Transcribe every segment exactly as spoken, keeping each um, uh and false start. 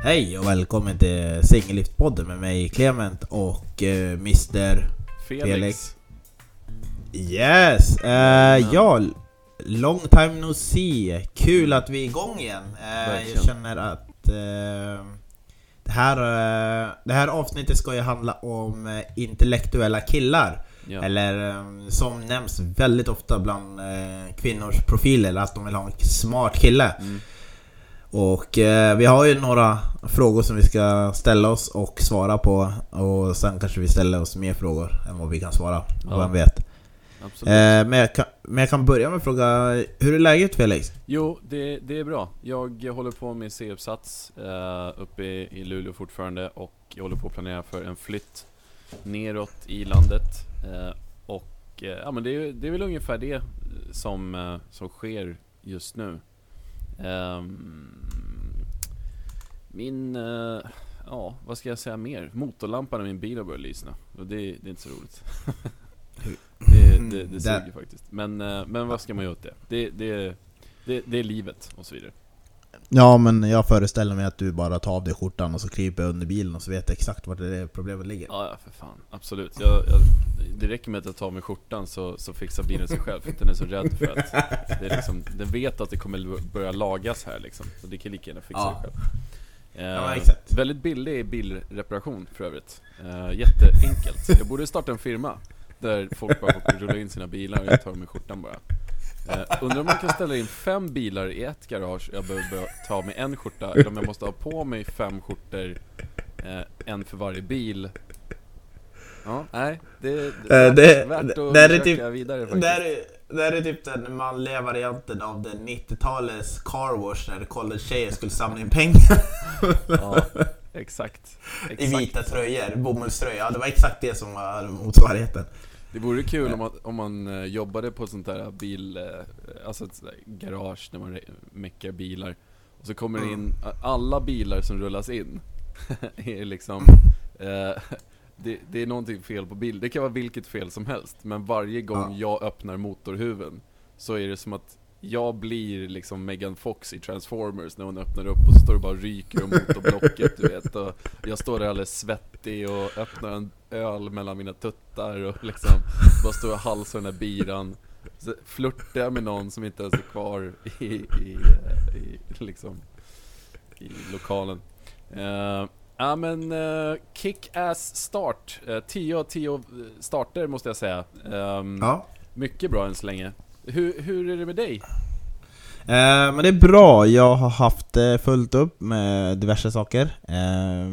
Hej och välkommen till Singelliftpodden med mig Clement och uh, mister Felix. Felix. Yes, uh, ja, long time no see. Kul att vi är igång igen. Uh, jag känner att uh, det, här, uh, det här avsnittet ska ju handla om uh, intellektuella killar. Ja. Eller um, som nämns väldigt ofta bland uh, kvinnors profiler, att de vill ha en smart kille. Mm. Och eh, vi har ju några frågor som vi ska ställa oss och svara på. Och sen kanske vi ställer oss mer frågor än vad vi kan svara. Ja. Vem vet. Absolut. Eh, men, jag kan, men jag kan börja med att fråga, hur är läget, Felix? Jo, det, det är bra. Jag håller på med C-uppsats eh, uppe i, i Luleå fortfarande. Och jag håller på att planera för en flytt neråt i landet. Eh, och eh, ja, men det, är, det är väl ungefär det som, eh, som sker just nu. Um, min uh, ja, vad ska jag säga mer? Motorlampan i min bil har börjat lyssna. Och det, det är inte så roligt. det det, det suger faktiskt. Men, uh, men vad ska man göra åt det? Det, det, det? det är livet och så vidare. Ja, men jag föreställer mig att du bara tar av dig skjortan och så kryper under bilen och så vet exakt vart det problemet ligger. Ja, ja, för fan. Absolut. Jag, jag, det räcker med att jag tar med skjortan så, så fixar bilen sig själv. För den är så rädd för att det är liksom, den vet att det kommer börja lagas här liksom. Så det kan lika gärna fixa ja. sig själv. Eh, ja, exakt. Väldigt billig bilreparation för övrigt. Eh, jätteenkelt. Jag borde starta en firma där folk bara får rulla in sina bilar och jag tar med skjortan bara. Uh, undrar om man kan ställa in fem bilar i ett garage. Jag behöver ta med en skjorta. Eller om jag måste ha på mig fem skjortor, uh, en för varje bil. Ja, nej, det, det är uh, det, värt att det försöka typ, vidare faktiskt. Det är, det är typ den manliga varianten av den nittiotalets car wash när college-tjejer skulle samla in pengar. Ja, exakt, exakt. I vita tröjor, bomullströjor. Ja, det var exakt det som var motsvarigheten. Det vore kul om man, om man jobbade på sånt där bil, alltså ett sånt där garage när man meckar bilar. Och så kommer det in, alla bilar som rullas in är liksom, eh, det, det är någonting fel på bil. Det kan vara vilket fel som helst. Men varje gång jag öppnar motorhuven så är det som att jag blir liksom Megan Fox i Transformers när hon öppnar upp och så står det bara ryker om motorblocket, du vet. Och jag står där alldeles svettig och öppnar en öl mellan mina tuttar och liksom bara står och halsar den där biran. Så flörtar jag med någon som inte ens är kvar i, i, i, liksom, i lokalen. Uh, ja men uh, kick-ass start. Uh, tio av tio starter måste jag säga. Um, ja. Mycket bra än så länge. Hur, hur är det med dig? Eh, men det är bra. Jag har haft eh, fullt upp med diverse saker. Eh,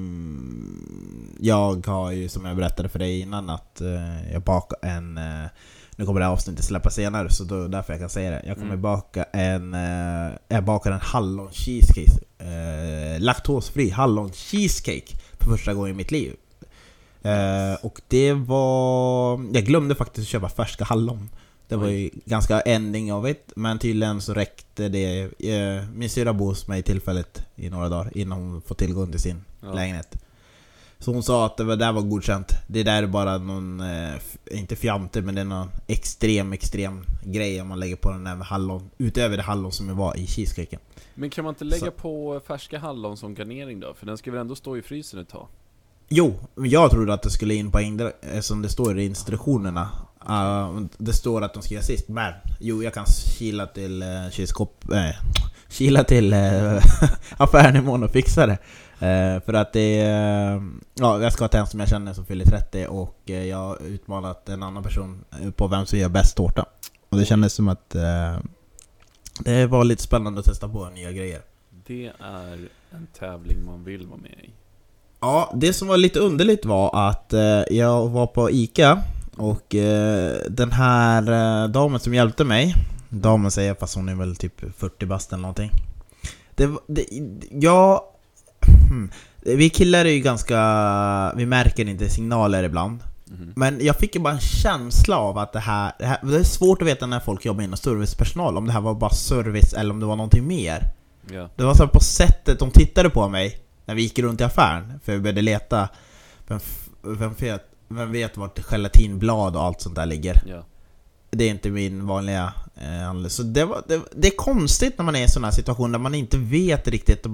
jag har ju, som jag berättade för dig innan, att eh, jag bakar en... Eh, nu kommer det här avsnittet släppa senare, så då, därför jag kan säga det. Jag kommer mm. baka en... Eh, jag bakar en hallon cheesecake. Eh, laktosfri hallon cheesecake för första gången i mitt liv. Eh, och det var... Jag glömde faktiskt att köpa färska hallon. Det var ju ganska ending av det. Men tydligen så räckte det. Min syra bor hos mig tillfället i några dagar innan hon får tillgång till sin ja. lägenhet. Så hon sa att det var, där var godkänt. Det där är bara någon, eh, inte fjante, men det är någon extrem, extrem grej om man lägger på den där med hallon. Utöver det hallon som var i cheesecaken. Men kan man inte lägga så. på färska hallon som garnering då? För den ska väl ändå stå i frysen ett tag? Jo, jag trodde att det skulle in på indre, som det står i instruktionerna. Uh, det står att de ska göra sist. Men jo, jag kan kila till uh, kylskåp, äh, kila till uh, affären imorgon och fixa det. Uh, för att det uh, ja, jag ska ha en som jag känner som fyller trettio. Och uh, jag har utmanat en annan person på vem som gör bäst tårta. Och det kändes som att uh, det var lite spännande att testa på nya grejer. Det är en tävling man vill vara med i. Ja, det som var lite underligt var att uh, jag var på Ica. Och eh, den här eh, damen som hjälpte mig, damen säger, fast hon är väl typ fyrtio bast eller någonting. Det, det, ja, hmm, vi killar är ju ganska, vi märker inte signaler ibland. Mm-hmm. Men jag fick ju bara en känsla av att det här, det här, det är svårt att veta när folk jobbar inom servicepersonal, om det här var bara service eller om det var någonting mer. Yeah. Det var så på sättet de tittade på mig när vi gick runt i affären, för vi började leta. Vem, vem vet Vem vet vart gelatinblad och allt sånt där ligger. Ja. Det är inte min vanliga eh, handel. Så det, var, det, det är konstigt när man är i en sån här situation där man inte vet riktigt och bara,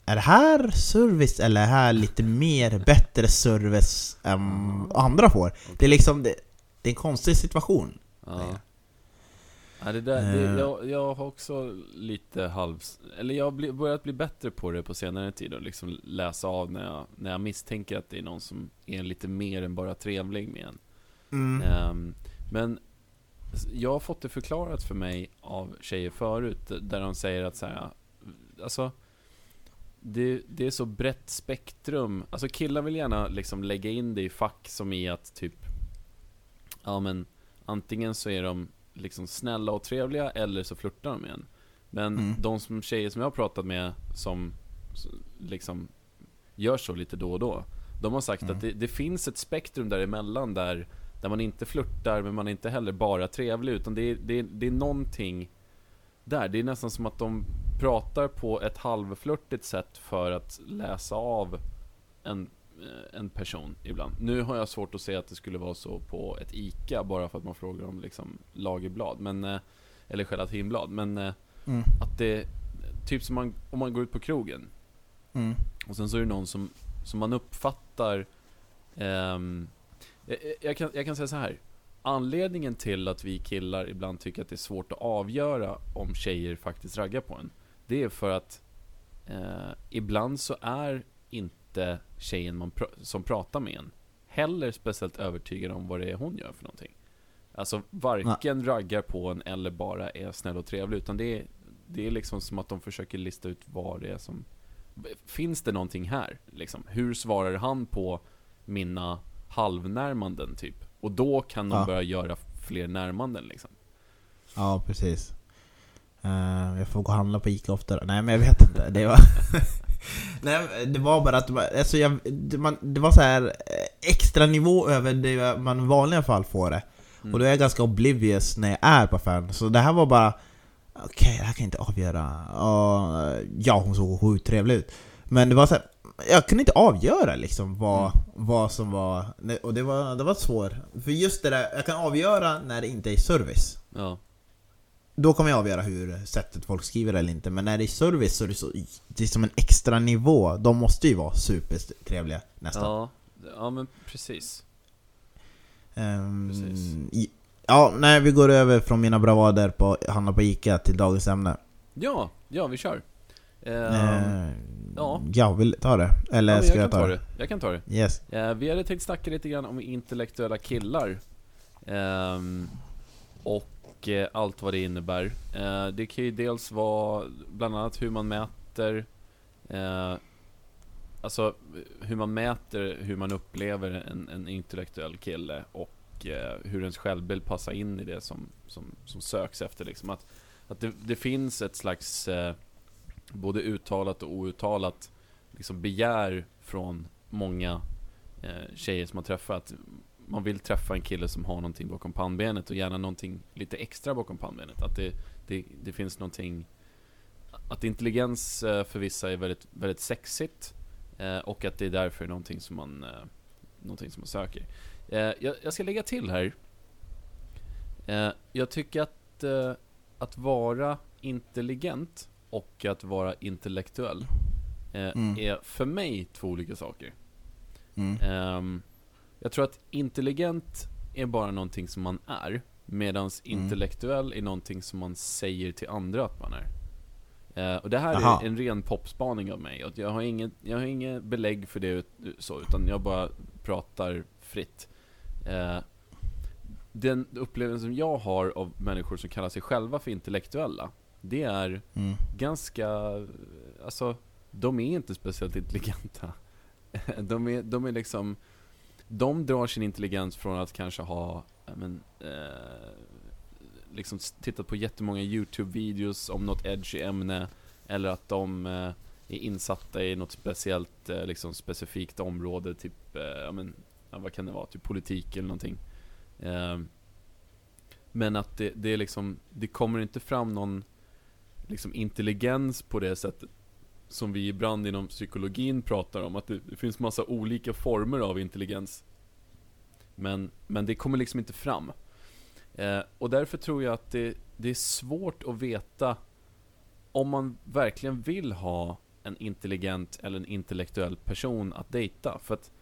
är det här service eller är det här lite mer bättre service än andra får? Okay. Det är liksom det, det är en konstig situation. Ja. Ja, det där, det, jag, jag har också lite halv... Eller jag har bli, börjat bli bättre på det på senare tid och liksom läsa av när jag, när jag misstänker att det är någon som är lite mer än bara trevlig med en. Mm. Um, men jag har fått det förklarat för mig av tjejer förut där de säger att så här, alltså det, det är så brett spektrum. Alltså killar vill gärna liksom lägga in det i fack som i att typ ja men antingen så är de liksom snälla och trevliga eller så flörtar de med en. Men mm. de som tjejer som jag har pratat med som liksom gör så lite då och då, de har sagt mm. att det, det finns ett spektrum däremellan där, där man inte flörtar men man är inte heller bara trevlig, utan det är, det är, det är någonting där. Det är nästan som att de pratar på ett halvflörtigt sätt för att läsa av en en person ibland. Nu har jag svårt att säga att det skulle vara så på ett ICA bara för att man frågar om liksom lagerblad, men eller gelatinblad, men mm. att det typ som man, om man går ut på krogen mm. och sen så är det någon som, som man uppfattar um, jag, jag, kan, jag kan säga så här, anledningen till att vi killar ibland tycker att det är svårt att avgöra om tjejer faktiskt raggar på en, det är för att uh, ibland så är inte tjejen man pr- som pratar med en heller speciellt övertygad om vad det är hon gör för någonting. Alltså varken ja. raggar på en eller bara är snäll och trevlig, utan det är, det är liksom som att de försöker lista ut vad det är som finns det någonting här liksom. Hur svarar han på mina halvnärmanden typ? Och då kan de ja. börja göra fler närmanden liksom. Ja, precis. Uh, jag får gå och handla på ICA oftare. Nej, men jag vet inte. Det var Nej, det var bara att alltså jag, det, man, det var så här extra nivå över det man i vanliga fall får det. Mm. Och då är jag ganska oblivious när jag är på affären. Så det här var bara okej, okay, det här kan jag inte avgöra. Och, ja, hon såg sjukt trevlig ut. Men det var så här, jag kunde inte avgöra liksom vad, mm. vad som var. Och det var, det var svårt. För just det där, jag kan avgöra när det inte är service. Ja. Då kommer jag avgöra hur sättet folk skriver eller inte. Men när det är service så är det, så, det är som en extra nivå. De måste ju vara supertrevliga nästan. Ja, ja men precis. Um, precis. I, ja, nej, vi går över från mina bravader på handla på ICA till dagens ämne. Ja, ja vi kör. Um, uh, ja. Jag vill ta det. Eller ja, ska jag, jag ta, ta det? det? Jag kan ta det. Yes. Uh, vi hade tänkt snacka lite grann om intellektuella killar. Um, och allt vad det innebär. Eh, det kan ju dels vara bland annat hur man mäter eh, alltså hur man mäter hur man upplever en, en intellektuell kille och eh, hur ens självbild passar in i det som, som, som söks efter liksom. Att, att det, det finns ett slags eh, både uttalat och outtalat liksom begär från många eh, tjejer som har träffat. Man vill träffa en kille som har någonting bakom pannbenet och gärna någonting lite extra bakom pannbenet. Att det, det, det finns någonting, att intelligens för vissa är väldigt, väldigt sexigt och att det är därför någonting som man, någonting som man söker. Jag, jag ska lägga till här. Jag tycker att att vara intelligent och att vara intellektuell mm. är för mig två olika saker. Mm. Jag tror att intelligent är bara någonting som man är, medans mm. intellektuell är någonting som man säger till andra att man är. Uh, och det här Aha. är en ren popspaning av mig. Och jag har inget, jag har inget belägg för det så, utan jag bara pratar fritt. Uh, den upplevelsen som jag har av människor som kallar sig själva för intellektuella, det är mm. ganska, alltså de är inte speciellt intelligenta. de är, de är liksom de drar sin intelligens från att kanske ha men, eh, liksom tittat på jättemånga YouTube-videos om något edgy ämne, eller att de eh, är insatta i något speciellt eh, liksom specifikt område, typ eh, men, ja, vad kan det vara, typ politik eller någonting. Eh, men att det, det är liksom, det kommer inte fram någon liksom intelligens på det sättet som vi ibland inom psykologin pratar om, att det, det finns massa olika former av intelligens. Men, men det kommer liksom inte fram. Eh, och därför tror jag att det, det är svårt att veta om man verkligen vill ha en intelligent eller en intellektuell person att dejta. För att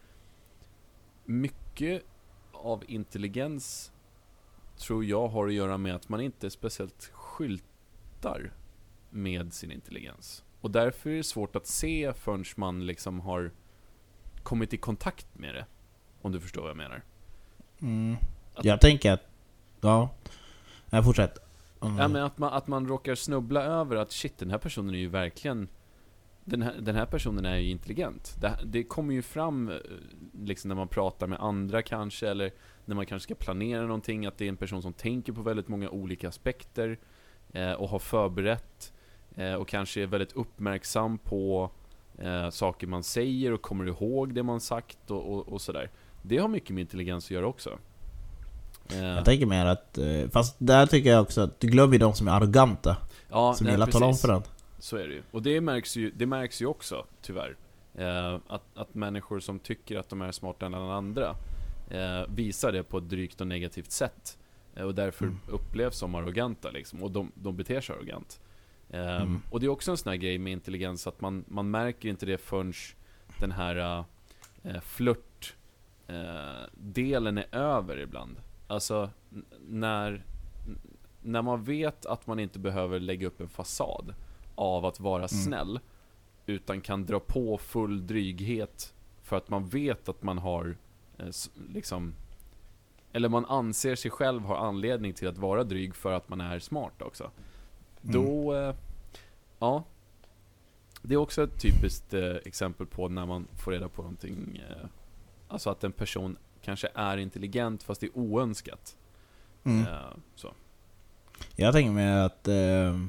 mycket av intelligens tror jag har att göra med att man inte är speciellt skyltar med sin intelligens. Och därför är det svårt att se förrän man liksom har kommit i kontakt med det. Om du förstår vad jag menar. Mm. Att, Jag tänker att... Ja, jag fortsätter. Mm. ja, men att, man, att man råkar snubbla över att shit, den här personen är ju verkligen... Den här, den här personen är ju intelligent. Det, det kommer ju fram liksom när man pratar med andra kanske, eller när man kanske ska planera någonting, att det är en person som tänker på väldigt många olika aspekter eh, och har förberett eh, och kanske är väldigt uppmärksam på eh, saker man säger och kommer ihåg det man sagt och, och, och sådär. Det har mycket med intelligens att göra också. Eh, Jag tänker mer att... eh, Fast där tycker jag också att du glömmer de som är arroganta. ja, Som nej, gillar att tala om precis. för den. Så är det ju. Och det märks ju, det märks ju också, tyvärr. Eh, att, att människor som tycker att de är smartare än alla andra eh, visar det på ett drygt och negativt sätt. Eh, och därför Mm. upplevs som arroganta liksom. Och de, de beter sig arrogant. Eh, Mm. Och det är också en sån här grej med intelligens, att man, man märker inte det förrän den här eh, flört eh, delen är över ibland. Alltså n- när, n- när man vet att man inte behöver lägga upp en fasad av att vara Mm. snäll, utan kan dra på full dryghet för att man vet att man har eh, s- liksom, eller man anser sig själv ha anledning till att vara dryg för att man är smart också. Mm. Då eh, ja, det är också ett typiskt eh, exempel på när man får reda på någonting, eh, alltså att en person kanske är intelligent fast det är oönskat. Mm. eh, så. Jag tänker mig att... Eh,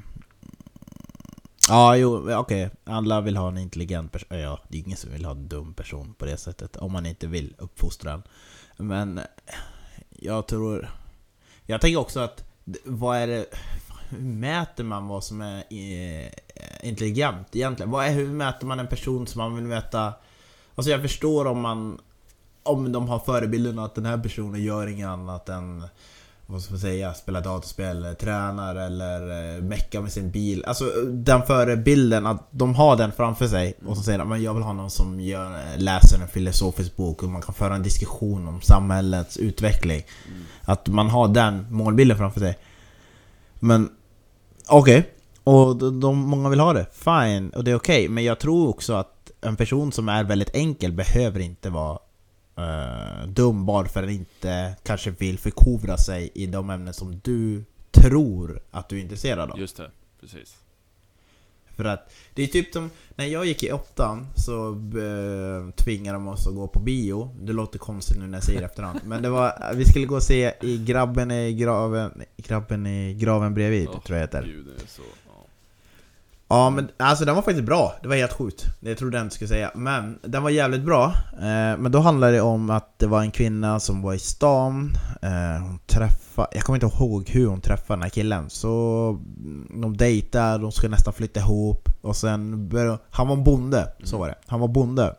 ja, jo, okej. Alla vill ha en intelligent person. Ja, det är ingen som vill ha en dum person på det sättet. Om man inte vill uppfostra den. Men jag tror... Jag tänker också att... Vad är det... Hur mäter man vad som är eh, intelligent egentligen? Vad är, hur mäter man en person som man vill mäta? Alltså jag förstår om man... Om de har förebilden att den här personen gör inget annat än... Vad ska man säga, spela datorspel, tränar eller eh, mecka med sin bil. Alltså den förebilden, att de har den framför sig och så säger de, men jag vill ha någon som gör, läser en filosofisk bok och man kan föra en diskussion om samhällets utveckling. Mm. Att man har den målbilden framför sig. Men okej, okay. Och de, de, många vill ha det, fine, och det är okej. Okay. Men jag tror också att en person som är väldigt enkel behöver inte vara Uh, dum bara för att den inte kanske vill förkovra sig i de ämnen som du tror att du är intresserad av. Just det, precis. För att det är typ som när jag gick i åttan så uh, tvingade de oss att gå på bio. Det låter konstigt nu när jag säger det efterhand. Men det var, vi skulle gå och se i Grabben i graven, Grabben i graven bredvid, oh, tror jag heter. Gud, det är så, ja. Ja, men alltså den var faktiskt bra. Det var helt sjukt. Det trodde jag inte skulle säga. Men den var jävligt bra. eh, Men då handlade det om att det var en kvinna som var i stan. eh, Hon träffade, jag kommer inte ihåg hur hon träffade den här killen. Så de dejtade, de skulle nästan flytta ihop. Och sen började, han var en bonde, så var det. Han var bonde.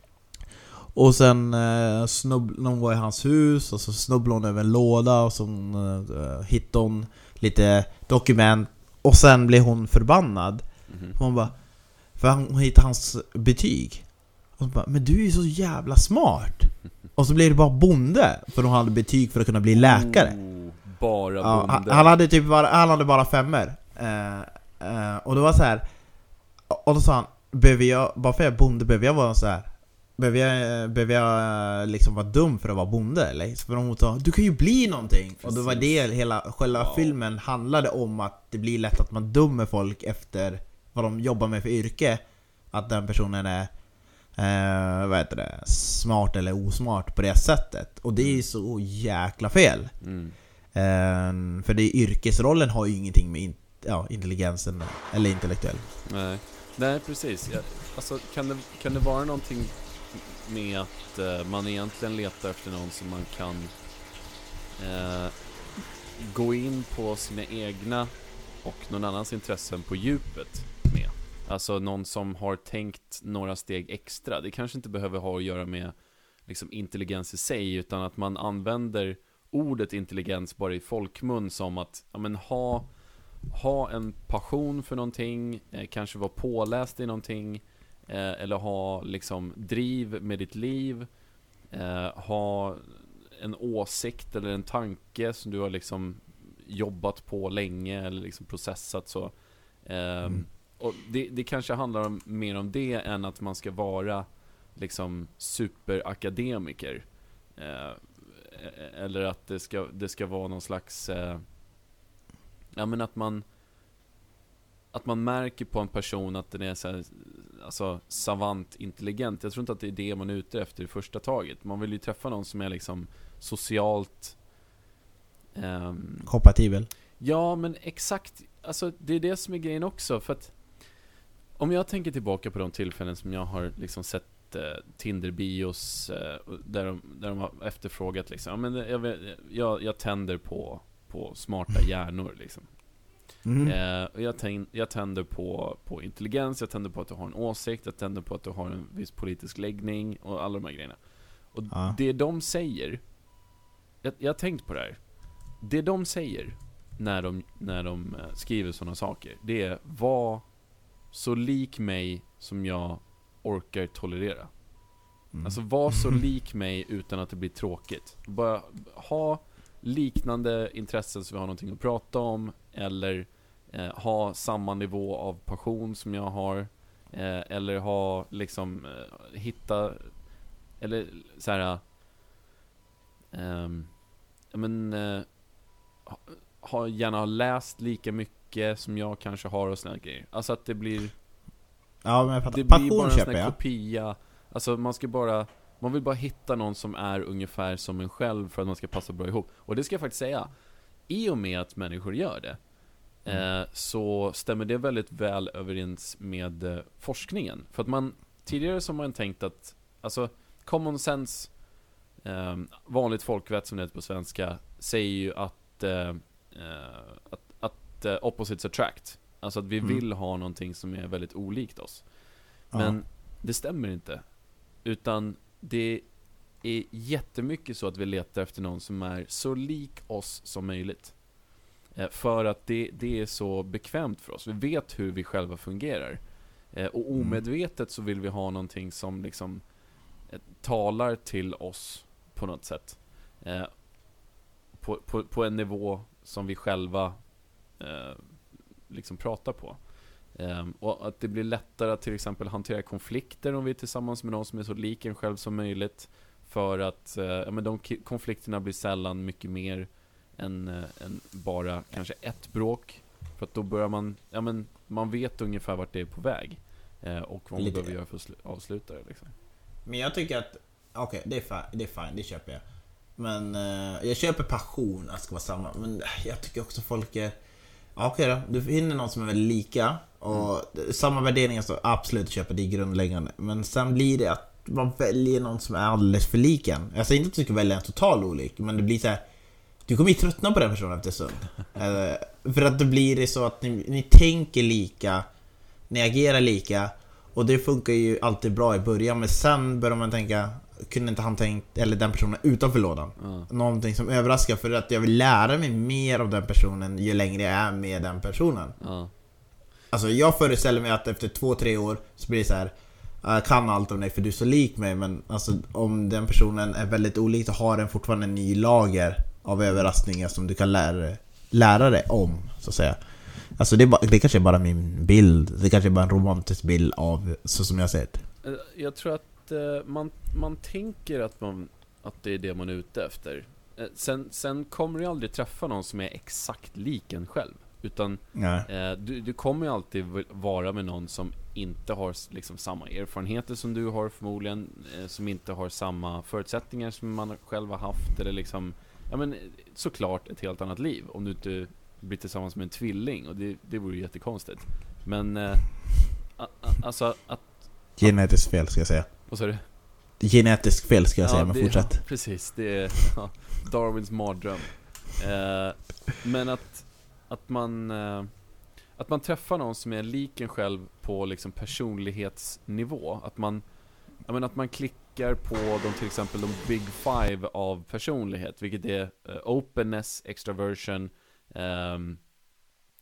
Och sen eh, snubb, de var i hans hus. Och så snubblade hon över en låda. Och så eh, hittade hon lite dokument. Och sen blev hon förbannad. Mhm. Hon bara, för hon hittade hans betyg. Och hon bara, men du är ju så jävla smart. Och så blev det bara bonde. För hon hade betyg för att kunna bli läkare. Oh, bara Ja, han, bonde. han hade typ bara, han hade bara femmer. eh, eh, Och det var så här. Och då sa han, behöver jag, bara för jag är bonde, behöver jag vara så här, Behöver jag, behöver jag liksom vara dum för att vara bonde eller? För hon sa, du kan ju bli någonting. Precis. Och det var det hela själva wow. filmen handlade om, att det blir lätt att man dömer folk efter vad de jobbar med för yrke. Att den personen är eh, vad heter det, smart eller osmart på det sättet. Och det är ju så jäkla fel. Mm. eh, För det yrkesrollen har ju ingenting med in, ja, intelligensen eller intellektuell. Nej, Nej precis. Jag, alltså, kan, det, kan det vara någonting med att eh, man egentligen letar efter någon som man kan eh, gå in på sina egna och någon annans intressen på djupet med? Alltså någon som har tänkt några steg extra. Det kanske inte behöver ha att göra med liksom, intelligens i sig, utan att man använder ordet intelligens bara i folkmun som att ja, men, ha, ha en passion för någonting, eh, kanske vara påläst i någonting, eh, eller ha liksom driv med ditt liv, eh, ha en åsikt eller en tanke som du har liksom jobbat på länge eller liksom processat så. Eh, mm. Och det, det kanske handlar om, mer om det än att man ska vara liksom superakademiker. Eh, eller att det ska, det ska vara någon slags eh, ja men att man att man märker på en person att den är så här, alltså savant intelligent. Jag tror inte att det är det man är ute efter i första taget. Man vill ju träffa någon som är liksom socialt ehm, kompatibel. Ja, men exakt. Alltså det är det som är grejen också, för att om jag tänker tillbaka på de tillfällen som jag har liksom sett eh, Tinder-bios eh, där, de, där de har efterfrågat liksom, men jag, jag, jag tänder på, på smarta hjärnor liksom. Mm. Eh, och jag, tänd, jag tänder på, på intelligens, jag tänder på att du har en åsikt, jag tänder på att du har en viss politisk läggning och alla de här grejerna. Och ah. det de säger, jag, jag har tänkt på det här, det de säger när de, när de skriver sådana saker, det är: var så lik mig som jag orkar tolerera. Mm. Alltså var så lik mig utan att det blir tråkigt. Bara ha liknande intressen så vi har någonting att prata om, eller eh, ha samma nivå av passion som jag har, eh, eller ha liksom eh, hitta eller så här eh, men eh, ha, ha gärna ha läst lika mycket som jag kanske har och såna grejer. Alltså att det blir ja, men det blir bara en sån här kopia. Alltså man ska bara man vill bara hitta någon som är ungefär som en själv för att man ska passa bra ihop. Och det ska jag faktiskt säga, i och med att människor gör det mm. eh, så stämmer det väldigt väl överens med eh, forskningen. För att man tidigare som man tänkt att alltså common sense, eh, vanligt folkvett som det heter på svenska, säger ju att eh, att, att uh, opposites attract. Alltså att vi mm. vill ha någonting som är väldigt olikt oss. Men ja. det stämmer inte. Utan det är jättemycket så att vi letar efter någon som är så lik oss som möjligt. Eh, för att det, det är så bekvämt för oss. Vi vet hur vi själva fungerar. Eh, och omedvetet så vill vi ha någonting som liksom eh, talar till oss på något sätt. Eh, på, på, på en nivå som vi själva eh, liksom pratar på. Um, och att det blir lättare att till exempel hantera konflikter om vi är tillsammans med någon som är så lik en själv som möjligt. För att uh, ja, men de k- konflikterna blir sällan mycket mer än, uh, än bara kanske ett bråk. För att då börjar man, ja men man vet ungefär vart det är på väg. Uh, och vad man Lite. behöver göra för att sl- avsluta det liksom. Men jag tycker att okej, okay, det är fine, det är fine, det köper jag. Men uh, jag köper passion att ska vara samma. Men jag tycker också folk är okej då, du finner någon som är väldigt lika och mm. samma värderingar, så absolut köper det grundläggande. Men sen blir det att man väljer någon som är alldeles för lik en. Jag säger inte att du ska välja en total olik, men det blir så här, du kommer ju tröttna på den personen efter stund. För att det blir det så att ni, ni tänker lika, ni agerar lika, och det funkar ju alltid bra i början. Men sen börjar man tänka, kunde inte han tänkt, eller den personen utanför lådan mm. någonting som överraskar, för att jag vill lära mig mer av den personen ju längre jag är med den personen. mm. Alltså jag föreställer mig att efter två, tre år så blir det så här: jag kan allt om dig för du är så lik mig. Men alltså, om den personen är väldigt olik så har den fortfarande en ny lager av överraskningar som du kan lära, lära dig om, så att säga. Alltså det, är bara, det kanske är bara min bild. Det kanske är bara en romantisk bild av så som jag ser det. Jag tror att Man, man tänker att, man, att det är det man är ute efter. Sen, sen kommer du aldrig träffa någon som är exakt lik en själv. Utan eh, du, du kommer ju alltid vara med någon som inte har liksom samma erfarenheter som du har förmodligen, eh, som inte har samma förutsättningar som man själv har haft, eller liksom, ja men såklart ett helt annat liv om du inte blir tillsammans med en tvilling, och det, det vore ju jättekonstigt. Men eh, a, a, alltså att genetiskt fel ska jag säga. Vad sa du? Genetiskt fel ska jag ja, säga, men det, fortsätt. Ja, precis, det är ja, Darwins mardröm. Eh, men att att man eh, att man träffar någon som är lik en själv på liksom personlighetsnivå, att man jag menar att man klickar på de, till exempel de big five av personlighet, vilket är eh, openness, extraversion, eh,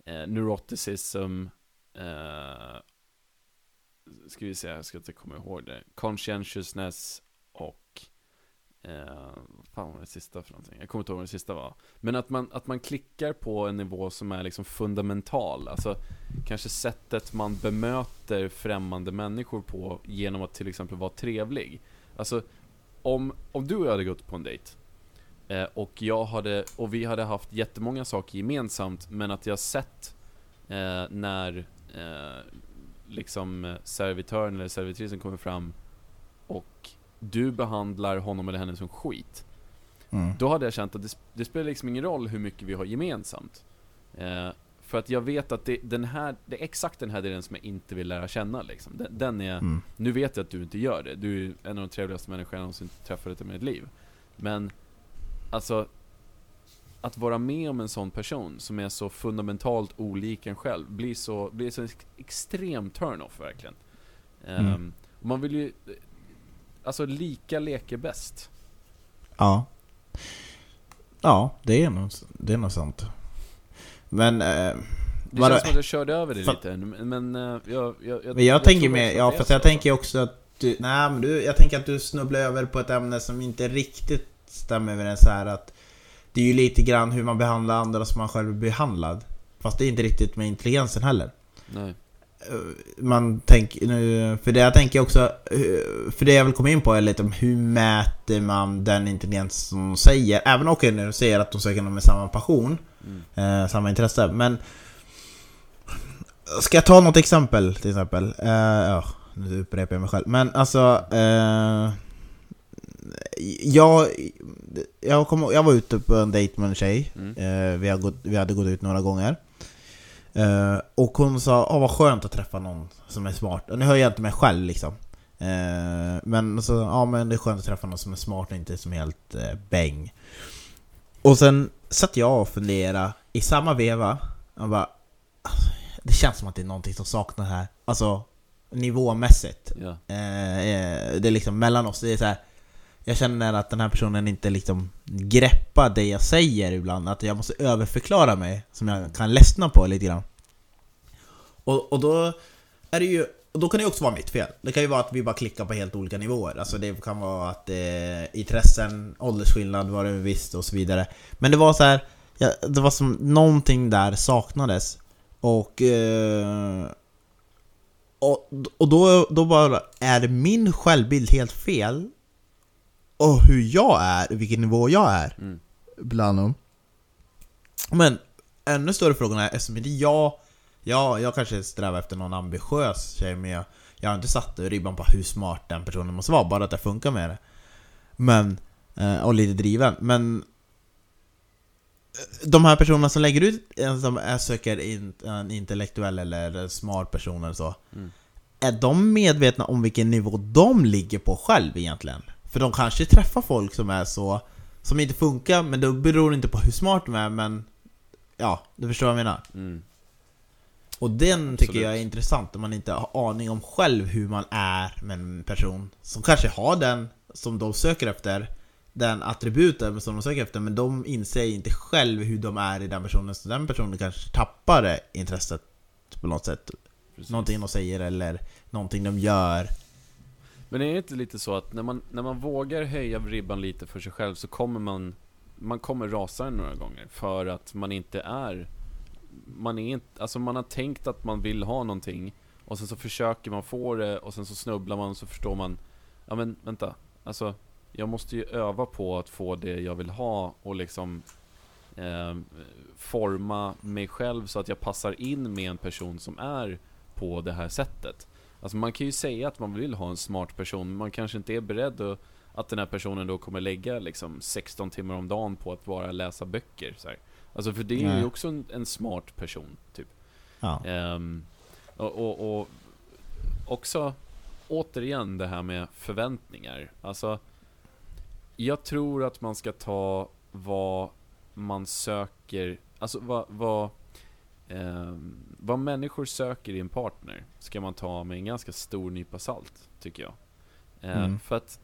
eh, neuroticism, eh, ska vi se, jag ska inte komma ihåg det, conscientiousness och eh, fan vad det sista för någonting, jag kommer inte ihåg vad det sista var, men att man, att man klickar på en nivå som är liksom fundamental, alltså kanske sättet man bemöter främmande människor på genom att till exempel vara trevlig. Alltså om, om du och jag hade gått på en dejt eh, och jag hade, och vi hade haft jättemånga saker gemensamt, men att jag sett eh, när eh, liksom servitören eller servitrisen kommer fram och du behandlar honom eller henne som skit, mm. då hade jag känt att det, det spelar liksom ingen roll hur mycket vi har gemensamt, eh, för att jag vet att det, den här, det är exakt den här delen som jag inte vill lära känna liksom. den, den är, mm. nu vet jag att du inte gör det, du är en av de trevligaste människorna jag någonsin träffat i mitt liv, men alltså att vara med om en sån person som är så fundamentalt olik en själv blir så, blir så en extrem turn-off verkligen. Mm. Um, man vill ju, alltså lika leker bäst. Ja. Ja, det är nog, det är nog sant. Men eh, det känns det, som att jag körde över det för, lite, men eh, jag, jag, jag, men jag, jag tänker med, ja, fast jag så. tänker också att du, nej, men du, jag tänker att du snubblar över på ett ämne som inte riktigt stämmer överens så här, att det är ju lite grann hur man behandlar andra som man själv blir behandlad. Fast det är inte riktigt med intelligensen heller. Nej. Man tänker nu, för det jag tänker också, för det jag vill komma in på är lite om hur mäter man den intelligens som de säger, även okej när du säger att de söker någon med samma passion, mm. eh, samma intresse, men ska jag ta något exempel till exempel, eh, ja, nu upprepar jag mig själv, men alltså eh, jag jag, kom, jag var ute på en dejt med en tjej, mm. eh, vi, har gått, vi hade gått ut några gånger. Uh, och hon sa, åh vad skönt att träffa någon som är smart. Och nu hör jag inte mig själv liksom, uh, men så, ja men det är skönt att träffa någon som är smart och inte som är helt uh, bäng. Och sen satt jag och funderade i samma veva och bara, det känns som att det är någonting som saknar här. Alltså nivåmässigt, ja. uh, uh, det är liksom mellan oss, det är så här, jag känner att den här personen inte liksom greppar det jag säger ibland. Att jag måste överförklara mig, som jag kan ledsna på lite grann. Och, och då är det ju, och då kan det också vara mitt fel. Det kan ju vara att vi bara klickar på helt olika nivåer. Alltså det kan vara att eh, intressen, åldersskillnad, vad det visst och så vidare. Men det var så här, ja, det var som någonting där saknades. Och eh, och, och då, då bara är min självbild helt fel. Och hur jag är, vilken nivå jag är, mm. bland dem. Men ännu större frågan är, eftersom inte jag, jag Jag kanske strävar efter någon ambitiös tjej, men jag, jag har inte satt ribban på hur smart den personen måste vara, bara att det funkar med det. Men, och lite driven. Men de här personerna som lägger ut, som är, söker in, en intellektuell eller smart person eller så, mm. är de medvetna om vilken nivå de ligger på själv egentligen? För de kanske träffar folk som är så, som inte funkar, men det beror inte på hur smart de är, men ja, du förstår vad jag menar. Mm. Och den Absolut. Tycker jag är intressant, om man inte har aning om själv hur man är med en person som kanske har den som de söker efter, den attributen som de söker efter, men de inser inte själv hur de är i den personen, så den personen kanske tappar intresset på något sätt. Precis. Någonting de säger eller någonting de gör. Men är det inte lite så att när man, när man vågar höja ribban lite för sig själv, så kommer man man kommer rasa några gånger för att man inte är man är inte, alltså man har tänkt att man vill ha någonting och sen så försöker man få det och sen så snubblar man och så förstår man, ja men vänta, alltså jag måste ju öva på att få det jag vill ha och liksom eh, forma mig själv så att jag passar in med en person som är på det här sättet. Alltså man kan ju säga att man vill ha en smart person, men man kanske inte är beredd att, att den här personen då kommer lägga liksom sexton timmar om dagen på att bara läsa böcker så här. Alltså för det är Nej. ju också en, en smart person typ. Ja. Um, och, och, och också återigen det här med förväntningar. Alltså jag tror att man ska ta vad man söker, alltså vad vad Eh, vad människor söker i en partner ska man ta med en ganska stor nypa salt, tycker jag. eh, mm. För att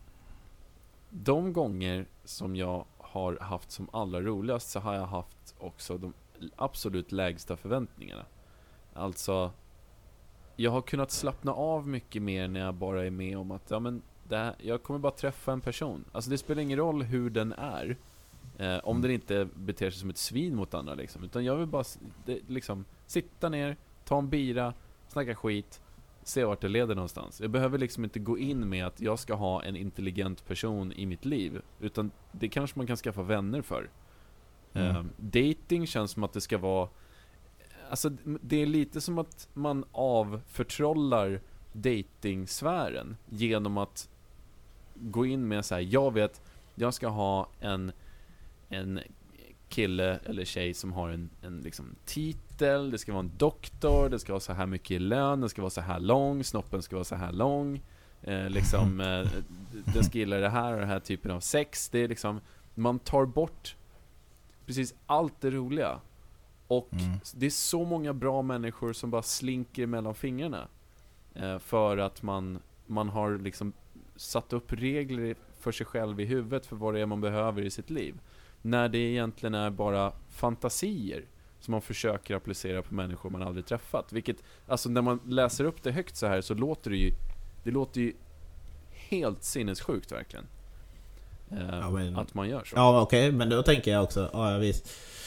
de gånger som jag har haft som allra roligast, så har jag haft också de, absolut lägsta förväntningarna. Alltså, jag har kunnat slappna av mycket mer när jag bara är med om att ja, men det här, jag kommer bara träffa en person. Alltså det spelar ingen roll hur den är, eh, om mm. den inte beter sig som ett svin mot andra liksom. Utan jag vill bara det, liksom, sitta ner, ta en bira, snacka skit, se vart det leder någonstans. Jag behöver liksom inte gå in med att jag ska ha en intelligent person i mitt liv, utan det kanske man kan skaffa vänner för. mm. eh, Dating känns som att det ska vara, alltså det är lite som att man avförtrollar datingsfären genom att gå in med så här: jag vet, jag ska ha en en kille eller tjej som har en, en liksom titel, det ska vara en doktor, det ska vara så här mycket i lön, det ska vara så här lång, snoppen ska vara så här lång, eh, liksom eh, den ska gilla det här och den här typen av sex. Det är liksom, man tar bort precis allt det roliga. Och mm. det är så många bra människor som bara slinker mellan fingrarna, eh, för att man, man har liksom satt upp regler för sig själv i huvudet för vad det är man behöver i sitt liv, när det egentligen är bara fantasier som man försöker applicera på människor man aldrig träffat. Vilket, alltså när man läser upp det högt så här, så låter det ju, det låter ju helt sinnessjukt verkligen, eh, ja, men, att man gör så. Ja, okej, okay, men då tänker jag också, ja visst.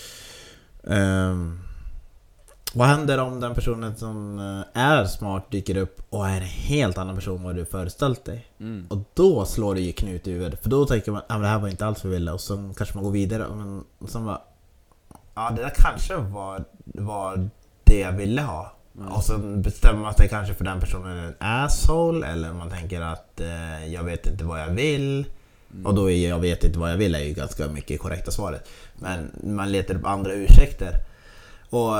Um, vad händer om den personen som är smart dyker upp och är en helt annan person än vad du föreställt dig? Mm. Och då slår det ju knut i huvudet. För då tänker man, ja, det här var inte alls vad vi ville. Och så kanske man går vidare. Men sen bara, ja, det där kanske var, var det jag ville ha. Mm. Och så bestämmer man sig kanske för den personen är en asshole. Eller man tänker att eh, jag vet inte vad jag vill. Mm. Och då är jag vet inte vad jag vill är ju ganska mycket korrekta svaret. Men man letar upp andra ursäkter. Och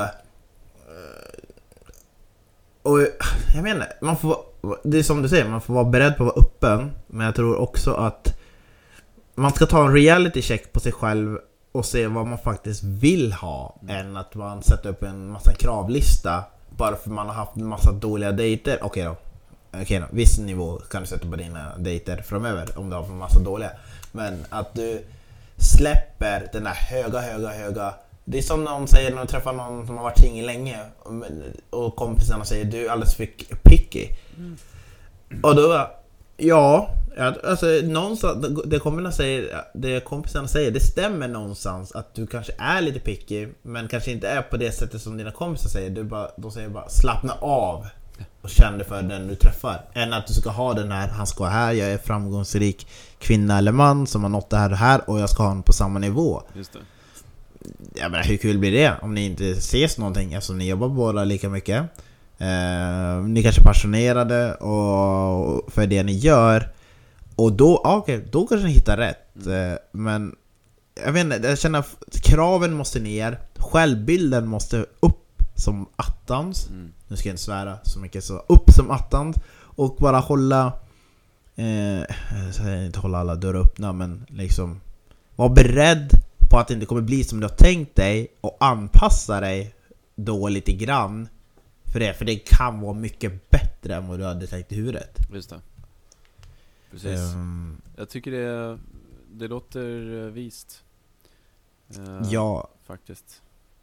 Och jag menar, man får, det är som du säger, man får vara beredd på att vara öppen. Men jag tror också att man ska ta en reality check på sig själv och se vad man faktiskt vill ha, mm. än att man sätter upp en massa kravlista bara för man har haft en massa dåliga dejter. Okej då, okej då, viss nivå kan du sätta på dina dejter framöver om du har en massa dåliga. Men att du släpper den där höga, höga, höga. Det är som någon säger när du träffar någon som har varit singel länge och kompisarna säger du är alldeles för picky. Mm. Och då ja, alltså någonstans det kompisarna säger, det kompisarna säger, det stämmer någonstans att du kanske är lite picky, men kanske inte är på det sättet som dina kompisar säger. Du bara, de säger bara slappna av och känn dig för den du träffar, än att du ska ha den här, han ska vara här, jag är framgångsrik kvinna eller man som har nått det här och här och jag ska ha honom på samma nivå. Just det. Ja, men hur kul blir det om ni inte ses någonting eftersom ni jobbar båda lika mycket, eh, ni kanske är passionerade och för det ni gör, och då, okej, okay, då kanske ni hittar rätt. mm. eh, men jag vet inte, jag känner att kraven måste ner, självbilden måste upp som attans. mm. Nu ska jag inte svära så mycket, så upp som attans och bara hålla eh, jag säger inte hålla alla dörrar öppna, men liksom vara beredd på att det inte kommer bli som du har tänkt dig och anpassa dig då lite grann för det, för det kan vara mycket bättre än vad du hade tänkt i huvudet. Just det. Precis. Um, jag tycker det det låter vist. Uh, ja, faktiskt.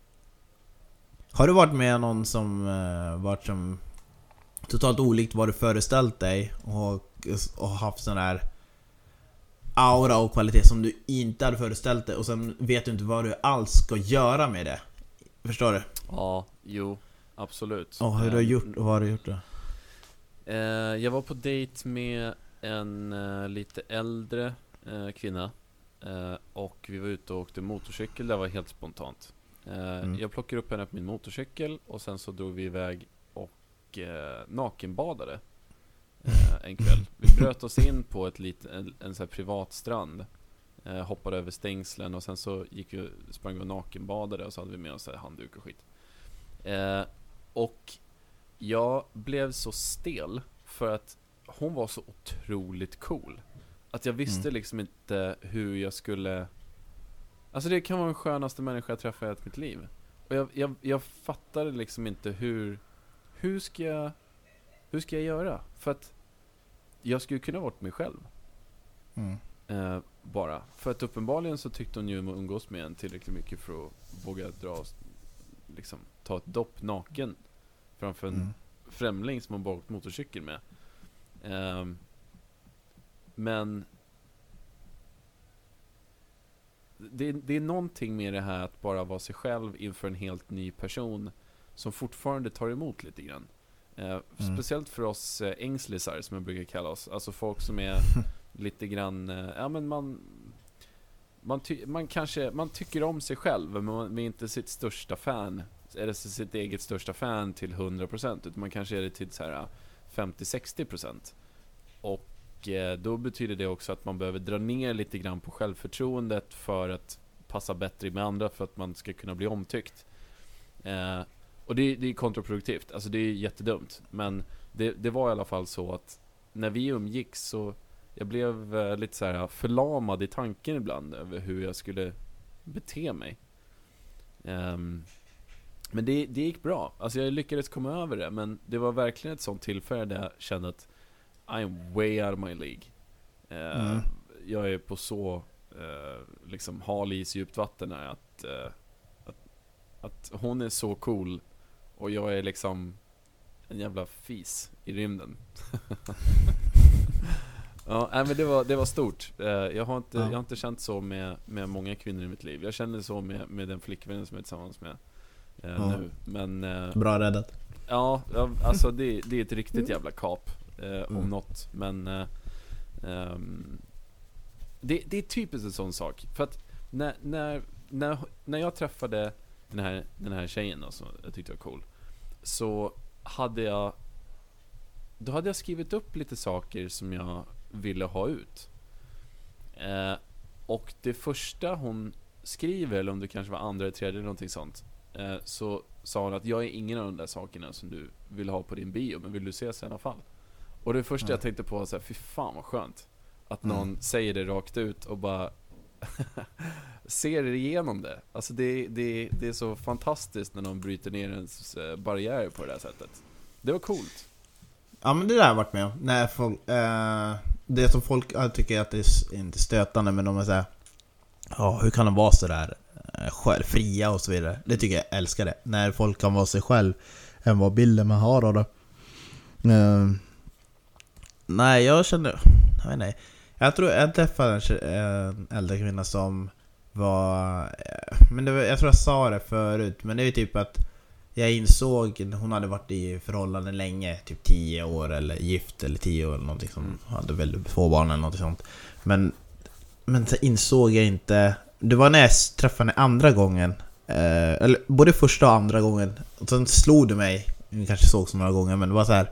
Har du varit med någon som uh, varit som totalt olikt vad du föreställt dig och, och haft sån här aura och kvalitet som du inte hade föreställt dig och sen vet du inte vad du alls ska göra med det? Förstår du? Ja, jo, absolut. Och hur har du gjort och vad har du gjort då? Eh, jag var på dejt med en eh, lite äldre eh, kvinna eh, och vi var ute och åkte motorcykel. Det var helt spontant. eh, mm. Jag plockade upp henne på min motorcykel och sen så drog vi iväg och eh, nakenbadade eh, en kväll. Vi bröt oss in på ett lit, en, en så här privat strand, eh, hoppade över stängslen och sen så gick vi, sprang vi och nakenbadade och så hade vi med oss här handduk och skit. eh, och jag blev så stel för att hon var så otroligt cool att jag visste mm. liksom inte hur jag skulle. Alltså det kan vara den skönaste människa jag träffat i hela mitt liv. Och jag, jag, jag fattade liksom inte hur Hur ska jag Hur ska jag göra? För att jag skulle kunna varit mig själv. mm. eh, Bara för att uppenbarligen så tyckte hon ju om att umgås med en tillräckligt mycket för att våga dra liksom ta ett dopp naken framför en mm. främling som man bara åkt motorcykel med. Um, men det, det är någonting med det här att bara vara sig själv inför en helt ny person som fortfarande tar emot lite grann. Uh, mm. Speciellt för oss uh, ängslisar, som jag brukar kalla oss. Alltså folk som är lite grann uh, ja men man man, ty- man kanske man tycker om sig själv, men man är inte sitt största fan, eller sitt eget största fan till hundra procent, utan man kanske är det till så här femtio till sextio procent. Och eh, då betyder det också att man behöver dra ner lite grann på självförtroendet för att passa bättre med andra, för att man ska kunna bli omtyckt. Eh, och det, det är kontraproduktivt, alltså det är jättedumt. Men det, det var i alla fall så att när vi umgicks så jag blev eh, lite så här förlamad i tanken ibland över hur jag skulle bete mig. Um, men det, det gick bra. Alltså jag lyckades komma över det, men det var verkligen ett sånt tillfälle där jag kände att I'm way out of my League. Uh, mm. Jag är på så uh, liksom hal is djupt vatten här, att, uh, att, att hon är så cool och jag är liksom en jävla fis i rymden. Ja, nej, men det var, det var stort. uh, jag, har inte, ja. jag har inte känt så med, med många kvinnor i mitt liv. Jag kände så med, med den flickvännen som jag är tillsammans med uh, ja. nu. Men, uh, bra räddat. Ja, alltså det, det är ett riktigt jävla kap uh, mm. om något. Men uh, um, det, det är typiskt en sån sak. För att när, när, när, när jag träffade den här, den här tjejen då, som jag tyckte var cool, så hade jag då hade jag skrivit upp lite saker som jag ville ha ut. Eh, och det första hon skriver, eller om det kanske var andra eller tredje eller någonting sånt, eh, så sa hon att jag är ingen av de där sakerna som du vill ha på din bio, men vill du ses i alla fall? Och det första mm. jag tänkte på var så här, fy fan vad skönt att någon mm. säger det rakt ut och bara ser igenom det. Alltså det, det, det är så fantastiskt när någon bryter ner ens barriär på det här sättet. Det var coolt. Ja, men det där har jag varit med om. När folk, eh, det som folk jag tycker att det är inte stötande, men de är så här, ja, hur kan de vara så där eh, fria och så vidare. Det tycker jag, jag älskar det. När folk kan vara sig själv än vad bilden man har av det. Eh, nej, jag kände nej, nej. Jag tror jag träffade en äldre kvinna som var eh, men det var, jag tror jag sa det förut, men det är typ att jag insåg, hon hade varit i förhållande länge, typ tio år eller gift eller tio år eller någonting, som mm. hade väl två barn eller något sånt. Men men så insåg jag inte, det var när jag träffade henne andra gången, eh, eller både första och andra gången, och sen slog det mig, jag kanske såg så några gånger, men det var så här,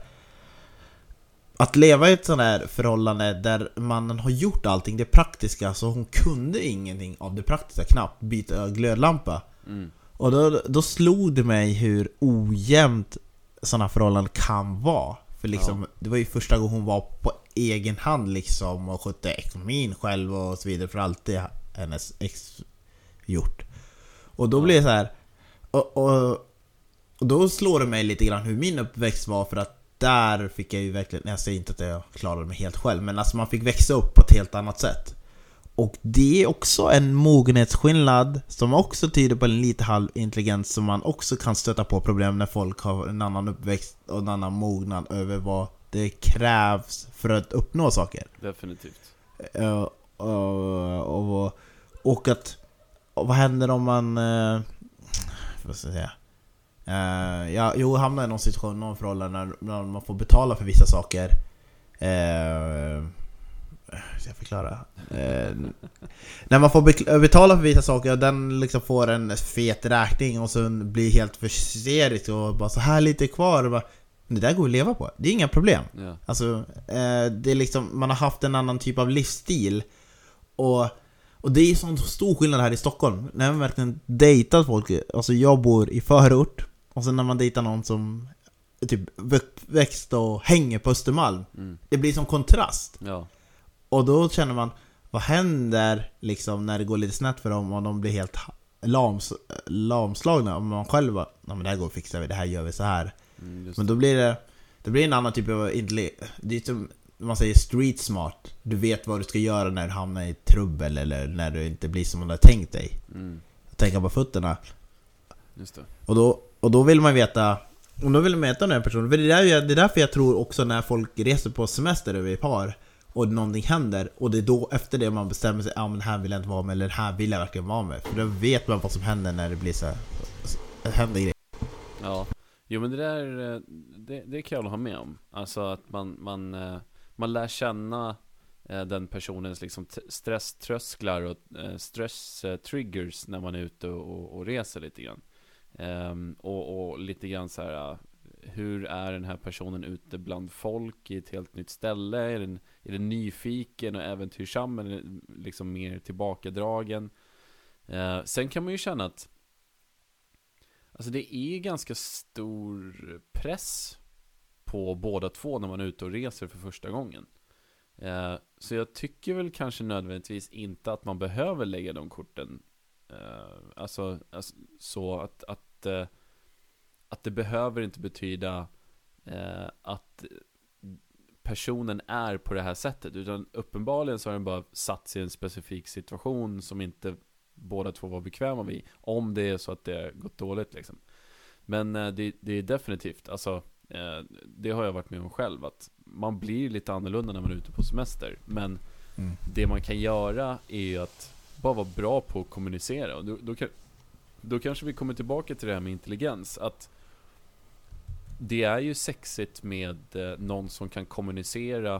att leva i ett sånt här förhållande där mannen har gjort allting det praktiska, så hon kunde ingenting av det praktiska, knappt byta glödlampa. Mm. Och då, då slog det mig hur ojämnt sådana förhållanden kan vara. För liksom, ja. Det var ju första gången hon var på egen hand liksom, och skötte ekonomin själv och så vidare, för alltid hennes ex gjort. Och då ja. blir det så här, och, och, och då slår det mig lite grann hur min uppväxt var, för att där fick jag ju verkligen, jag säger inte att jag klarade mig helt själv, men alltså man fick växa upp på ett helt annat sätt. Och det är också en mogenhetsskillnad som också tyder på en lite halv intelligens, som man också kan stöta på problem när folk har en annan uppväxt och en annan mognad över vad det krävs för att uppnå saker. Definitivt. Uh, uh, och, och att och vad händer om man uh, vad ska jag säga? Uh, ja, jo, hamnar i någon situation, någon förhållande när, när man får betala för vissa saker. Uh, ska jag förklara? Uh, när man får be- betala för vissa saker och den liksom får en fet räkning och sen blir helt förserig och bara så här lite kvar och bara, det där går att leva på. Det är inga problem. Yeah. Alltså, uh, det är liksom, man har haft en annan typ av livsstil och Och det är sån stor skillnad här i Stockholm. När man verkligen dejtar folk, alltså jag bor i förort, och sen när man dejtar någon som typ växt och hänger på Östermalm, mm. det blir som kontrast. Ja. Och då känner man, vad händer liksom när det går lite snett för dem och de blir helt lams, lamslagna, och man själv bara, ja, men det här går att fixa, det här gör vi så här. Mm, men då blir det det blir en annan typ av intelligens. Det är som man säger street smart. Du vet vad du ska göra när du hamnar i trubbel eller när du inte blir som du har tänkt dig. Mm. Tänka på fötterna. Just det. Och då, och då vill man veta, och då vill man veta den här personen. För det, där, det är därför jag tror också när folk reser på semester över ett par och någonting händer, och det är då efter det man bestämmer sig, ja ah, men här vill jag inte vara med, eller här vill jag verkligen vara med. För då vet man vad som händer när det blir så här, det händer grejer. Ja, jo men det där, det, det kan jag ha med om. Alltså att man, man, man lär känna den personens liksom stresströsklar och stress-triggers när man är ute och, och reser lite grann. Um, och, och lite grann så här, hur är den här personen ute bland folk i ett helt nytt ställe? Är den, är den nyfiken och äventyrsam, eller liksom mer tillbakadragen? Uh, sen kan man ju känna att alltså det är ganska stor press på båda två när man är ute och reser för första gången. Uh, så jag tycker väl kanske nödvändigtvis inte att man behöver lägga de korten. Uh, alltså, alltså så att att, uh, att det behöver inte betyda uh, att personen är på det här sättet, utan uppenbarligen så har den bara satt sig i en specifik situation som inte båda två var bekväma vid, om det är så att det har gått dåligt liksom. Men uh, det, det är definitivt, alltså uh, det har jag varit med om själv, att man blir lite annorlunda när man är ute på semester, men mm. det man kan göra är ju att bara vara bra på att kommunicera. Och då, då, kan, då kanske vi kommer tillbaka till det här med intelligens. Att det är ju sexigt med eh, någon som kan kommunicera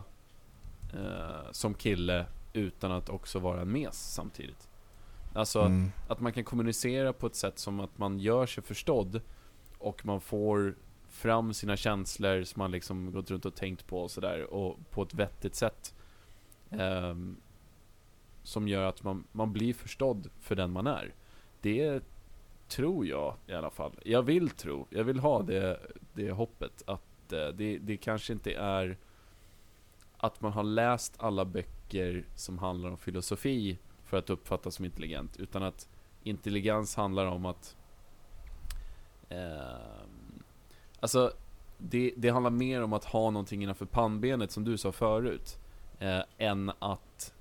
eh, som kille utan att också vara en mes samtidigt. Alltså mm. att man kan kommunicera på ett sätt som att man gör sig förstådd och man får fram sina känslor som man liksom gått runt och tänkt på och sådär, och på ett vettigt sätt. Um, som gör att man, man blir förstådd för den man är. Det tror jag i alla fall. Jag vill tro, jag vill ha det, det hoppet att eh, det, det kanske inte är att man har läst alla böcker som handlar om filosofi för att uppfattas som intelligent, utan att intelligens handlar om att eh, alltså det, det handlar mer om att ha någonting innanför pannbenet, som du sa förut, eh, än att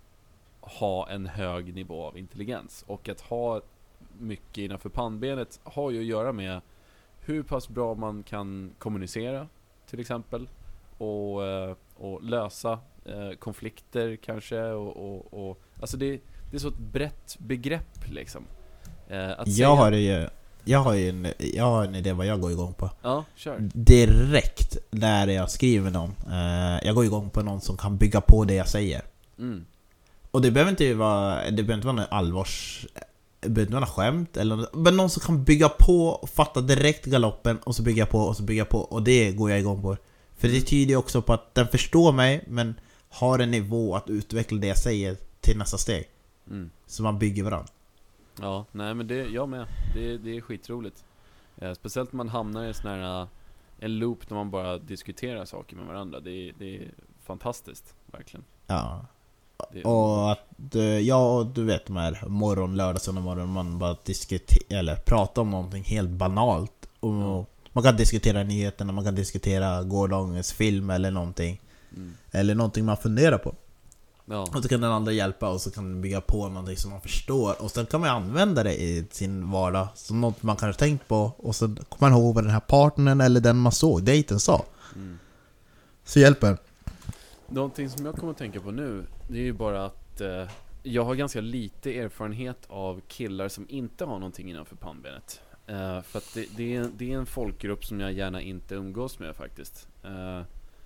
ha en hög nivå av intelligens. Och att ha mycket innanför pannbenet har ju att göra med hur pass bra man kan kommunicera till exempel, och, och lösa eh, konflikter kanske, och, och, och alltså det, det är så ett brett begrepp liksom. eh, att jag, säga... har ju, jag har ju en, jag har en idé vad jag går igång på. Ja, kör. Direkt när jag skriver någon, eh, jag går igång på någon som kan bygga på det jag säger. Mm. Och det behöver inte vara, det behöver inte vara någon allvars, det behöver inte vara någon skämt eller, men någon som kan bygga på och fatta direkt galoppen, och så bygga på och så bygga på, och det går jag igång på. För det tyder ju också på att den förstår mig, men har en nivå att utveckla det jag säger till nästa steg. Mm. Så man bygger varandra. Ja, nej men det, jag med. Det, det är skitroligt. Eh, speciellt när man hamnar i en sån här, en loop där man bara diskuterar saker med varandra. Det, det är fantastiskt, verkligen. Ja. Det. Och att ja, du vet de här morgon, lördag, söndag morgon, man bara diskuterar eller pratar om någonting helt banalt, och ja. Man kan diskutera nyheterna, man kan diskutera gårdagens film eller någonting, mm. eller någonting man funderar på, ja. Och så kan den andra hjälpa, och så kan den bygga på någonting som man förstår, och sen kan man använda det i sin vardag som något man kanske tänkt på, och så kommer man ihåg vad den här partnern eller den man såg, dejten sa, mm. så hjälper. Någonting som jag kommer att tänka på nu, det är ju bara att eh, jag har ganska lite erfarenhet av killar som inte har någonting innanför pannbenet. Eh, för att det, det, är, det är en folkgrupp som jag gärna inte umgås med faktiskt. Eh,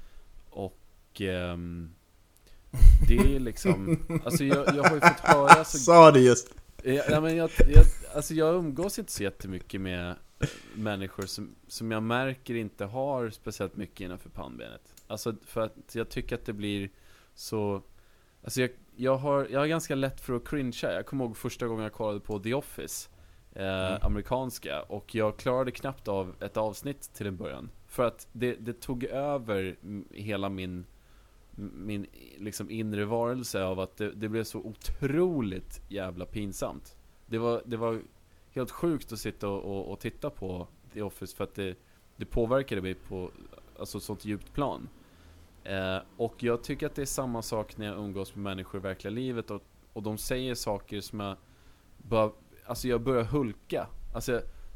och ehm, det är liksom, alltså jag, jag har ju fått höra så... Sa det just. Ja, men jag, jag, alltså jag umgås inte så jättemycket med människor som, som jag märker inte har speciellt mycket innanför pannbenet. Alltså för att jag tycker att det blir så... Alltså jag, jag, har, jag har ganska lätt för att cringea. Jag kommer ihåg första gången jag kollade på The Office, eh, mm. amerikanska, och jag klarade knappt av ett avsnitt till en början. För att det, det tog över hela min, min liksom inre varelse av att det, det blev så otroligt jävla pinsamt. Det var, det var helt sjukt att sitta och, och, och titta på The Office, för att det, det påverkade mig på alltså sånt djupt plan. Eh, och jag tycker att det är samma sak när jag umgås med människor i verkliga livet, och, och de säger saker som jag bara, alltså jag börjar hulka. Alltså jag,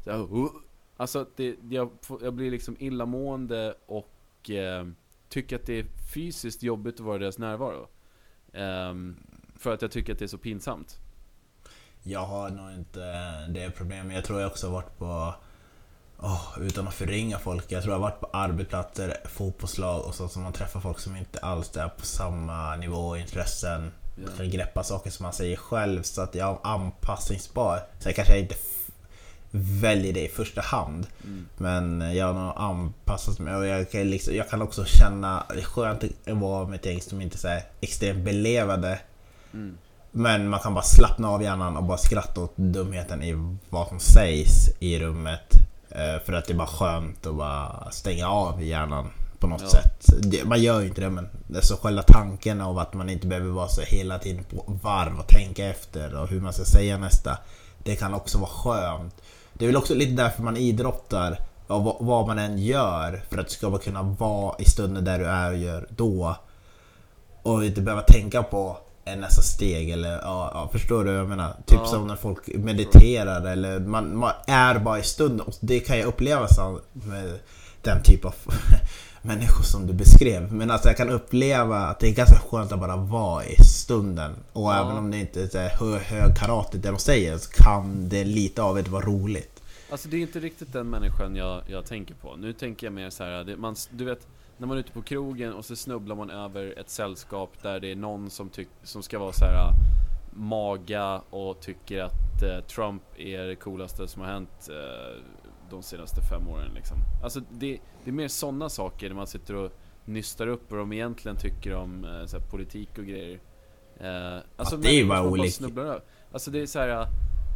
uh, alltså det, jag, jag blir liksom illamående och eh, tycker att det är fysiskt jobbigt att vara i deras närvaro. Um, för att jag tycker att det är så pinsamt. Jag har nog inte det problemet. Jag tror jag också har varit på, oh, utan att förringa folk, jag tror jag har varit på arbetsplatser, fotbollslag och så, som man träffar folk som inte alls är på samma nivå och intressen. Yeah. För att greppa saker som man säger själv, så att jag är anpassningsbar. Så jag kanske inte f- väljer det i första hand, mm. men jag har nog anpassat mig, och jag kan, liksom, jag kan också känna det är skönt att vara med ett gäng som inte är så här extremt belevade. Mm. Men man kan bara slappna av hjärnan och bara skratta åt dumheten i vad som sägs i rummet. För att det är bara skönt att bara stänga av hjärnan på något ja. sätt. Man gör ju inte det, men det är så själva tanken av att man inte behöver vara så hela tiden på varv och tänka efter och hur man ska säga nästa. Det kan också vara skönt. Det är väl också lite därför man idrottar och vad man än gör, för att du ska bara kunna vara i stunden där du är och gör då. Och inte behöva tänka på nästa steg, eller ja, ja, förstår du vad jag menar? Typ ja. Som när folk mediterar, eller man, man är bara i stunden, och det kan jag uppleva så med den typ av människor som du beskrev. Men alltså jag kan uppleva att det är ganska skönt att bara vara i stunden, och ja. Även om det inte är så hö, hög karate det de säger, så kan det lite av det vara roligt. Alltså det är inte riktigt den människan jag, jag tänker på. Nu tänker jag mer så här, det, man, du vet, när man är ute på krogen och så snubblar man över ett sällskap där det är någon som, tyck, som ska vara så här maga och tycker att eh, Trump är det coolaste som har hänt eh, de senaste fem åren liksom. Alltså det, det är mer sådana saker när man sitter och nystar upp vad de egentligen tycker om eh, så här, politik och grejer. Eh, alltså ja, det är bara olika. Alltså det är så här.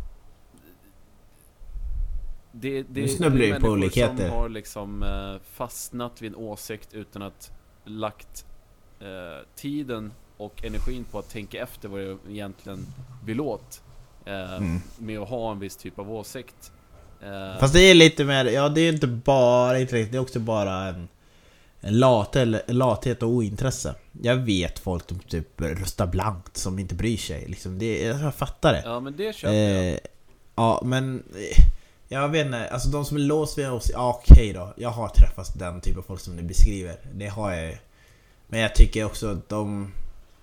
Det, det, nu snubblar ju på olikheter som har liksom eh, fastnat vid en åsikt utan att lagt eh, tiden och energin på att tänka efter vad det egentligen vill åt eh, mm. med att ha en viss typ av åsikt. Eh, Fast det är lite mer, ja det är inte bara inte riktigt, det är också bara en, en lat, eller, lathet och ointresse. Jag vet folk som typ röstar blankt, som inte bryr sig liksom. Det, jag fattar det. Ja, men det köper jag. Eh, ja, men jag vet inte, alltså de som är låst vid oss, ja, okej okay då. Jag har träffat den typ av folk som ni beskriver. Det har jag ju. Men jag tycker också att de,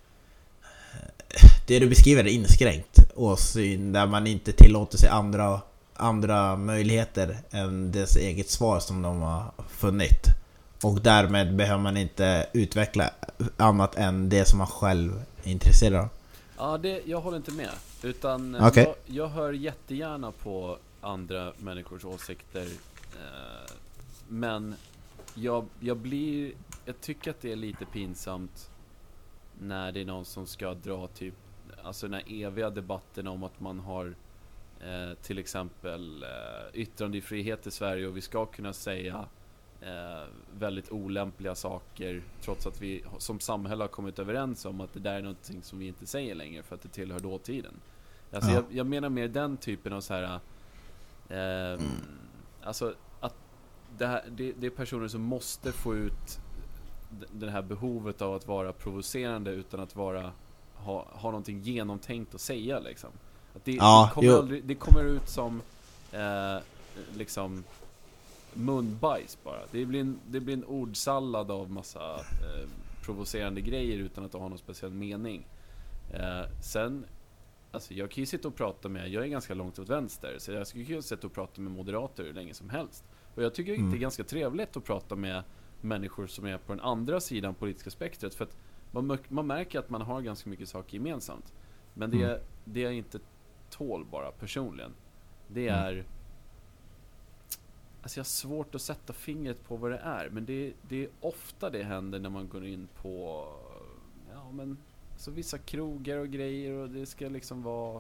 det du beskriver är inskränkt åsyn, där man inte tillåter sig andra, andra möjligheter än dess eget svar som de har funnit. Och därmed behöver man inte utveckla annat än det som man själv är intresserad av. Ja, det, jag håller inte med. Utan okay. jag, jag hör jättegärna på andra människors åsikter. Eh, men jag, jag blir, jag tycker att det är lite pinsamt när det är någon som ska dra typ, alltså den här eviga debatten om att man har eh, till exempel eh, yttrandefrihet i Sverige och vi ska kunna säga eh, väldigt olämpliga saker trots att vi som samhälle har kommit överens om att det där är någonting som vi inte säger längre för att det tillhör dåtiden. Alltså ja. jag, jag menar mer den typen av så här eh, mm. alltså att det, här, det, det är personer som måste få ut det här behovet av att vara provocerande utan att vara ha, ha någonting genomtänkt att säga liksom. Att det, ja, det, kommer aldrig, det kommer ut som eh, liksom munbajs bara. Det blir en, det blir en ordsallad av massa eh, provocerande grejer utan att ha någon speciell mening. Eh, sen alltså jag kan ju sitta och prata med, jag är ganska långt åt vänster, så jag skulle ju sitta och prata med moderater hur länge som helst. Och jag tycker mm. det är ganska trevligt att prata med människor som är på den andra sidan politiska spektret, för att man, man märker att man har ganska mycket saker gemensamt. Men det, mm. det är inte tål bara personligen. Det är mm. alltså jag har svårt att sätta fingret på vad det är, men det, det är ofta det händer när man går in på ja men så vissa krogar och grejer och det ska liksom vara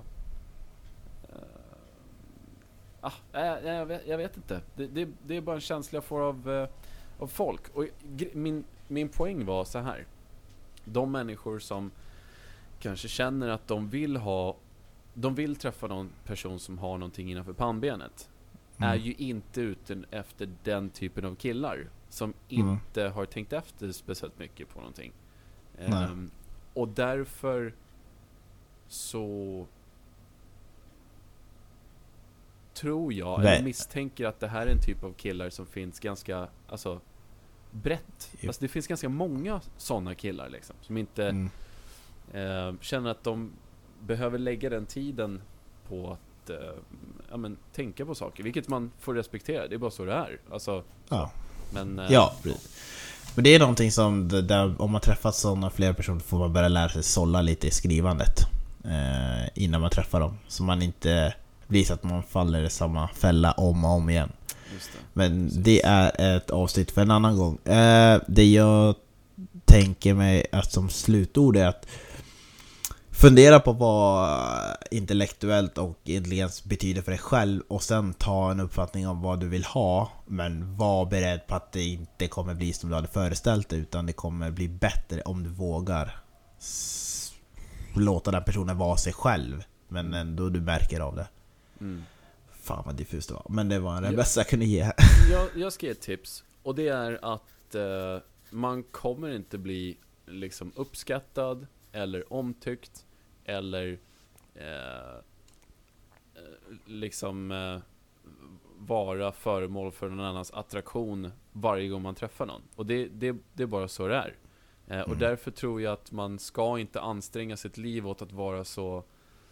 uh, ah, jag, jag, vet, jag vet inte. Det, det, det är bara en känsla jag får av, uh, av folk. Och min, min poäng var så här. De människor som kanske känner att de vill ha de vill träffa någon person som har någonting innanför pannbenet mm. är ju inte ute efter den typen av killar som mm. inte har tänkt efter speciellt mycket på någonting. Um, och därför så tror jag, Vä- eller misstänker att det här är en typ av killar som finns ganska, alltså brett. Jo. Alltså det finns ganska många sådana killar liksom, som inte Mm. eh, känner att de behöver lägga den tiden på att eh, ja, men, tänka på saker, vilket man får respektera. Det är bara så det är. Alltså, Ja. men, eh, Ja, precis. Men det är någonting som det där, om man träffar sådana fler personer får man börja lära sig sålla lite i skrivandet eh, innan man träffar dem, så man inte blir så att man faller i samma fälla om och om igen. just det. Men Precis. det är ett avsnitt för en annan gång. eh, Det jag tänker mig att som slutord är att fundera på vad intellektuellt och intelligens betyder för dig själv, och sen ta en uppfattning om vad du vill ha, men var beredd på att det inte kommer bli som du hade föreställt dig, utan det kommer bli bättre om du vågar s- låta den personen vara sig själv, men ändå du märker av det. Mm. Fan vad diffust det var, men det var det Ja. bästa jag kunde ge. jag, jag ska ge ett tips, och det är att eh, man kommer inte bli liksom uppskattad eller omtyckt eller eh, eh, liksom eh, vara föremål för någon annans attraktion varje gång man träffar någon. Och det, det, det är bara så det är. Eh, och Mm. därför tror jag att man ska inte anstränga sitt liv åt att vara så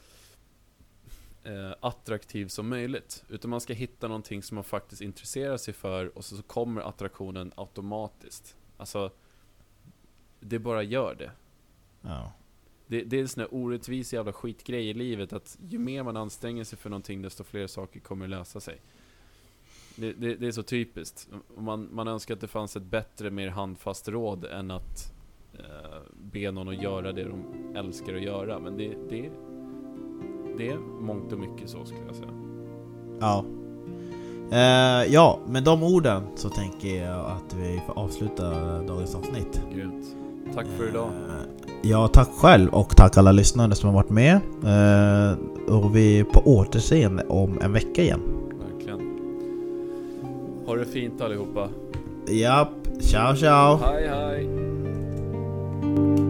eh, attraktiv som möjligt, utan man ska hitta någonting som man faktiskt intresserar sig för, och så, så kommer attraktionen automatiskt. Alltså, det bara gör det. Ja. Det, det är en sån här orättvis jävla skitgrej i livet, att ju mer man anstränger sig för någonting, desto fler saker kommer lösa sig. Det, det, det är så typiskt. Och Man, man önskar att det fanns ett bättre, mer handfast råd än att eh, be någon att göra det de älskar att göra. Men det, det, det är mångt och mycket så, skulle jag säga. Ja. Eh, ja, med de orden så tänker jag att vi får avsluta dagens avsnitt. Grymt. Tack för idag. Eh, ja, tack själv, och tack alla lyssnare som har varit med. Eh, och vi är på återseende om en vecka igen. Verkligen. Ha det fint allihopa. Japp, ciao ciao. Hej hej.